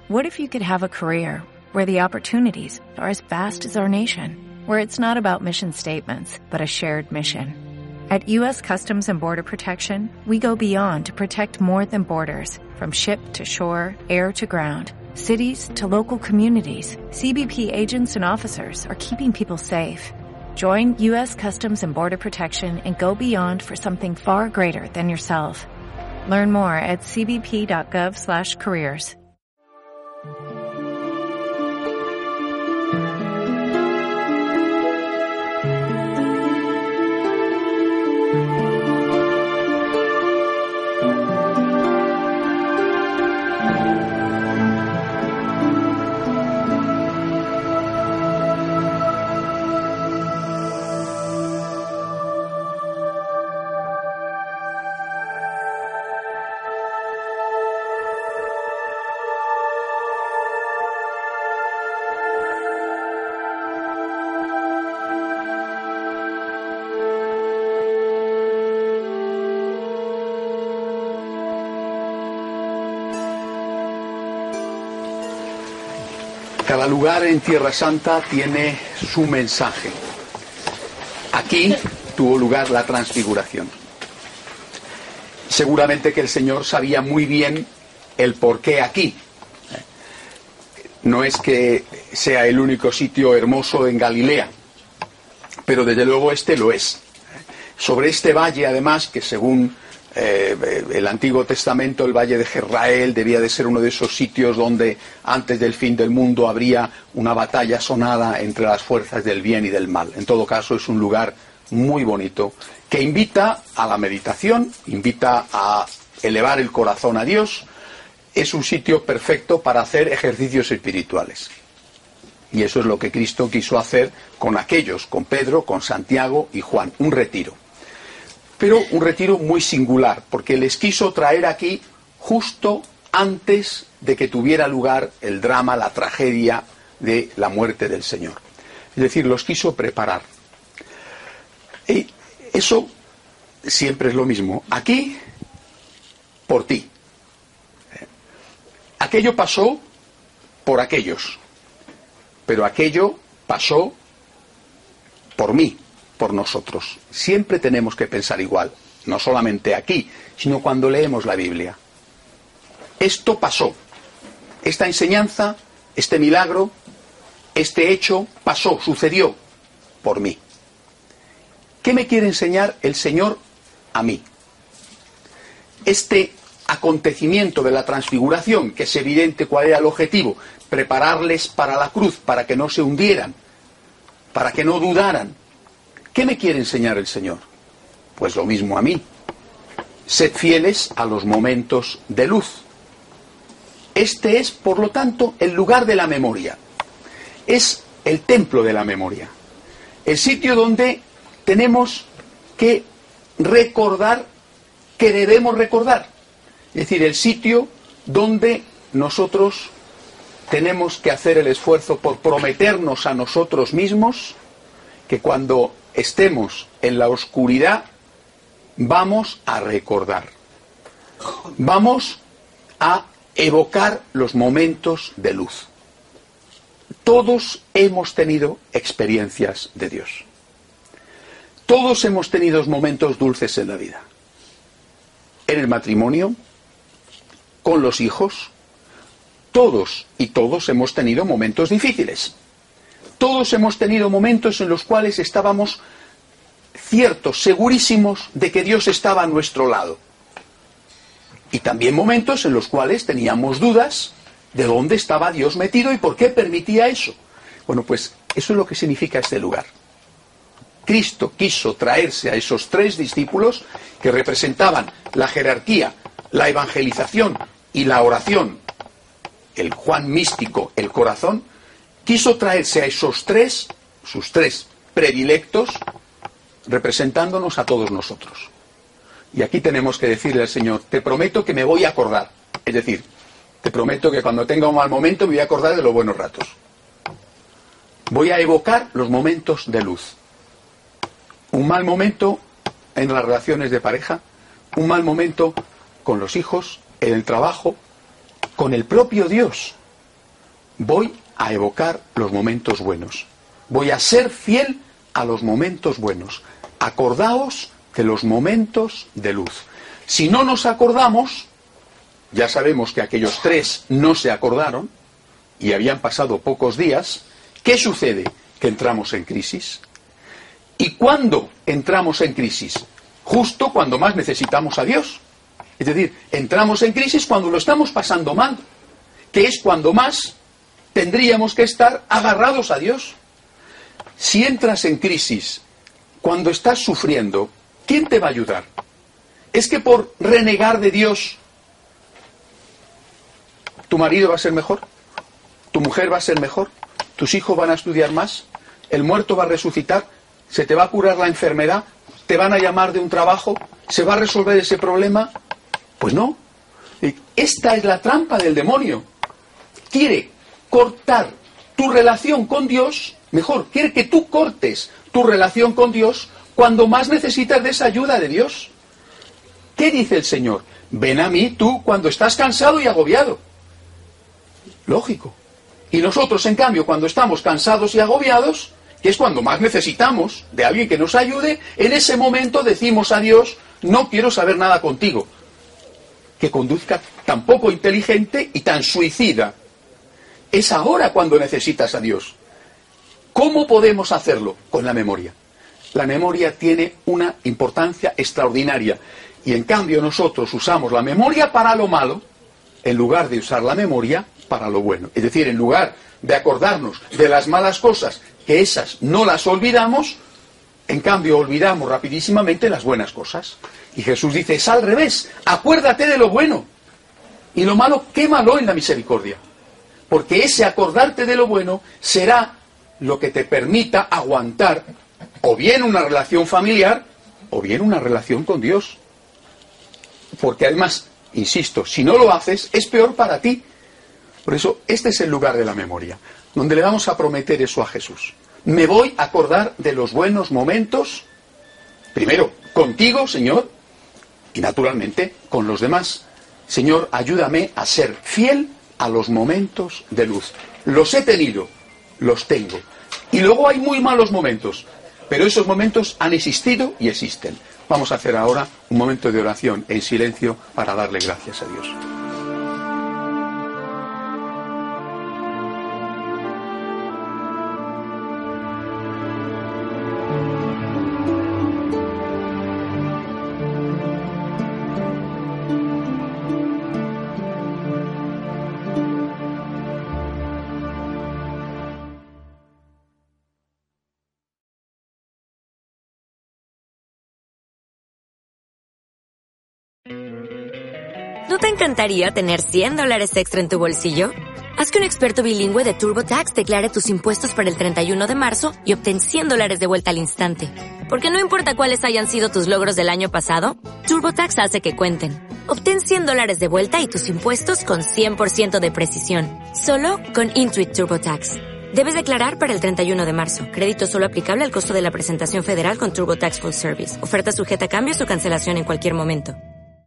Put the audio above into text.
What if you could have a career where the opportunities are as vast as our nation, where it's not about mission statements, but a shared mission? At U.S. Customs and Border Protection, we go beyond to protect more than borders, from ship to shore, air to ground, cities to local communities. CBP agents and officers are keeping people safe. Join U.S. Customs and Border Protection and go beyond for something far greater than yourself. Learn more at cbp.gov/careers. Cada lugar en Tierra Santa tiene su mensaje. Aquí tuvo lugar la transfiguración. Seguramente que el Señor sabía muy bien el porqué aquí. No es que sea el único sitio hermoso en Galilea, pero desde luego este lo es. Sobre este valle, además, que según el Antiguo Testamento, el Valle de Jezreel debía de ser uno de esos sitios donde antes del fin del mundo habría una batalla sonada entre las fuerzas del bien y del mal. En todo caso, es un lugar muy bonito que invita a la meditación, invita a elevar el corazón a Dios. Es un sitio perfecto para hacer ejercicios espirituales. Y eso es lo que Cristo quiso hacer con aquellos, con Pedro, con Santiago y Juan, un retiro. Pero un retiro muy singular, porque les quiso traer aquí justo antes de que tuviera lugar el drama, la tragedia de la muerte del Señor. Es decir, los quiso preparar. Y eso siempre es lo mismo. Aquí, por ti. Aquello pasó por aquellos, pero aquello pasó por mí, por nosotros. Siempre tenemos que pensar igual, no solamente aquí, sino cuando leemos la Biblia. Esto pasó, esta enseñanza, este milagro, este hecho pasó, sucedió por mí. ¿Qué me quiere enseñar el Señor a mí? Este acontecimiento de la transfiguración, que es evidente cuál era el objetivo, prepararles para la cruz, para que no se hundieran, para que no dudaran. ¿Qué me quiere enseñar el Señor? Pues lo mismo a mí. Sed fieles a los momentos de luz. Este es, por lo tanto, el lugar de la memoria. Es el templo de la memoria. El sitio donde tenemos que recordar que debemos recordar. Es decir, el sitio donde nosotros tenemos que hacer el esfuerzo por prometernos a nosotros mismos que cuando estemos en la oscuridad, vamos a recordar. Vamos a evocar los momentos de luz. Todos hemos tenido experiencias de Dios. Todos hemos tenido momentos dulces en la vida. En el matrimonio, con los hijos, todos y todos hemos tenido momentos difíciles. Todos hemos tenido momentos en los cuales estábamos ciertos, segurísimos de que Dios estaba a nuestro lado. Y también momentos en los cuales teníamos dudas de dónde estaba Dios metido y por qué permitía eso. Bueno, pues eso es lo que significa este lugar. Cristo quiso traerse a esos tres discípulos que representaban la jerarquía, la evangelización y la oración, el Juan místico, el corazón. Quiso traerse a esos tres, sus tres predilectos, representándonos a todos nosotros. Y aquí tenemos que decirle al Señor, te prometo que me voy a acordar. Es decir, te prometo que cuando tenga un mal momento me voy a acordar de los buenos ratos. Voy a evocar los momentos de luz. Un mal momento en las relaciones de pareja, un mal momento con los hijos, en el trabajo, con el propio Dios. voy a evocar los momentos buenos. Voy a ser fiel a los momentos buenos. Acordaos de los momentos de luz. Si no nos acordamos, ya sabemos que aquellos 3 no se acordaron y habían pasado pocos días. ¿Qué sucede? Que entramos en crisis. ¿Y cuándo entramos en crisis? Justo cuando más necesitamos a Dios. Es decir, entramos en crisis cuando lo estamos pasando mal, que es cuando más tendríamos que estar agarrados a Dios. Si entras en crisis cuando estás sufriendo, ¿quién te va a ayudar? ¿Es que por renegar de Dios tu marido va a ser mejor? ¿Tu mujer va a ser mejor? ¿Tus hijos van a estudiar más? ¿El muerto va a resucitar? ¿Se te va a curar la enfermedad? ¿Te van a llamar de un trabajo? ¿Se va a resolver ese problema? Pues no. Esta es la trampa del demonio. Quiere cortar tu relación con Dios, quiere que tú cortes tu relación con Dios cuando más necesitas de esa ayuda de Dios. ¿Qué dice el Señor? Ven a mí tú cuando estás cansado y agobiado. Lógico. Y nosotros, en cambio, cuando estamos cansados y agobiados, que es cuando más necesitamos de alguien que nos ayude, en ese momento decimos a Dios, no quiero saber nada contigo. Que conduzca tan poco inteligente y tan suicida. Es ahora cuando necesitas a Dios. ¿Cómo podemos hacerlo? Con la memoria. La memoria tiene una importancia extraordinaria. Y en cambio nosotros usamos la memoria para lo malo, en lugar de usar la memoria para lo bueno. Es decir, en lugar de acordarnos de las malas cosas, que esas no las olvidamos, en cambio olvidamos rapidísimamente las buenas cosas. Y Jesús dice, es al revés, acuérdate de lo bueno. Y lo malo, quémalo en la misericordia. Porque ese acordarte de lo bueno será lo que te permita aguantar o bien una relación familiar o bien una relación con Dios. Porque además, insisto, si no lo haces, es peor para ti. Por eso, este es el lugar de la memoria, donde le vamos a prometer eso a Jesús. Me voy a acordar de los buenos momentos, primero, contigo, Señor, y naturalmente, con los demás. Señor, ayúdame a ser fiel a los momentos de luz. Los he tenido, los tengo. Y luego hay muy malos momentos, pero esos momentos han existido y existen. Vamos a hacer ahora un momento de oración en silencio para darle gracias a Dios. ¿No te encantaría tener $100 extra en tu bolsillo? Haz que un experto bilingüe de TurboTax declare tus impuestos para el 31 de marzo y obtén $100 de vuelta al instante. Porque no importa cuáles hayan sido tus logros del año pasado, TurboTax hace que cuenten. Obtén $100 de vuelta y tus impuestos con 100% de precisión. Solo con Intuit TurboTax. Debes declarar para el 31 de marzo. Crédito solo aplicable al costo de la presentación federal con TurboTax Full Service. Oferta sujeta a cambios o cancelación en cualquier momento.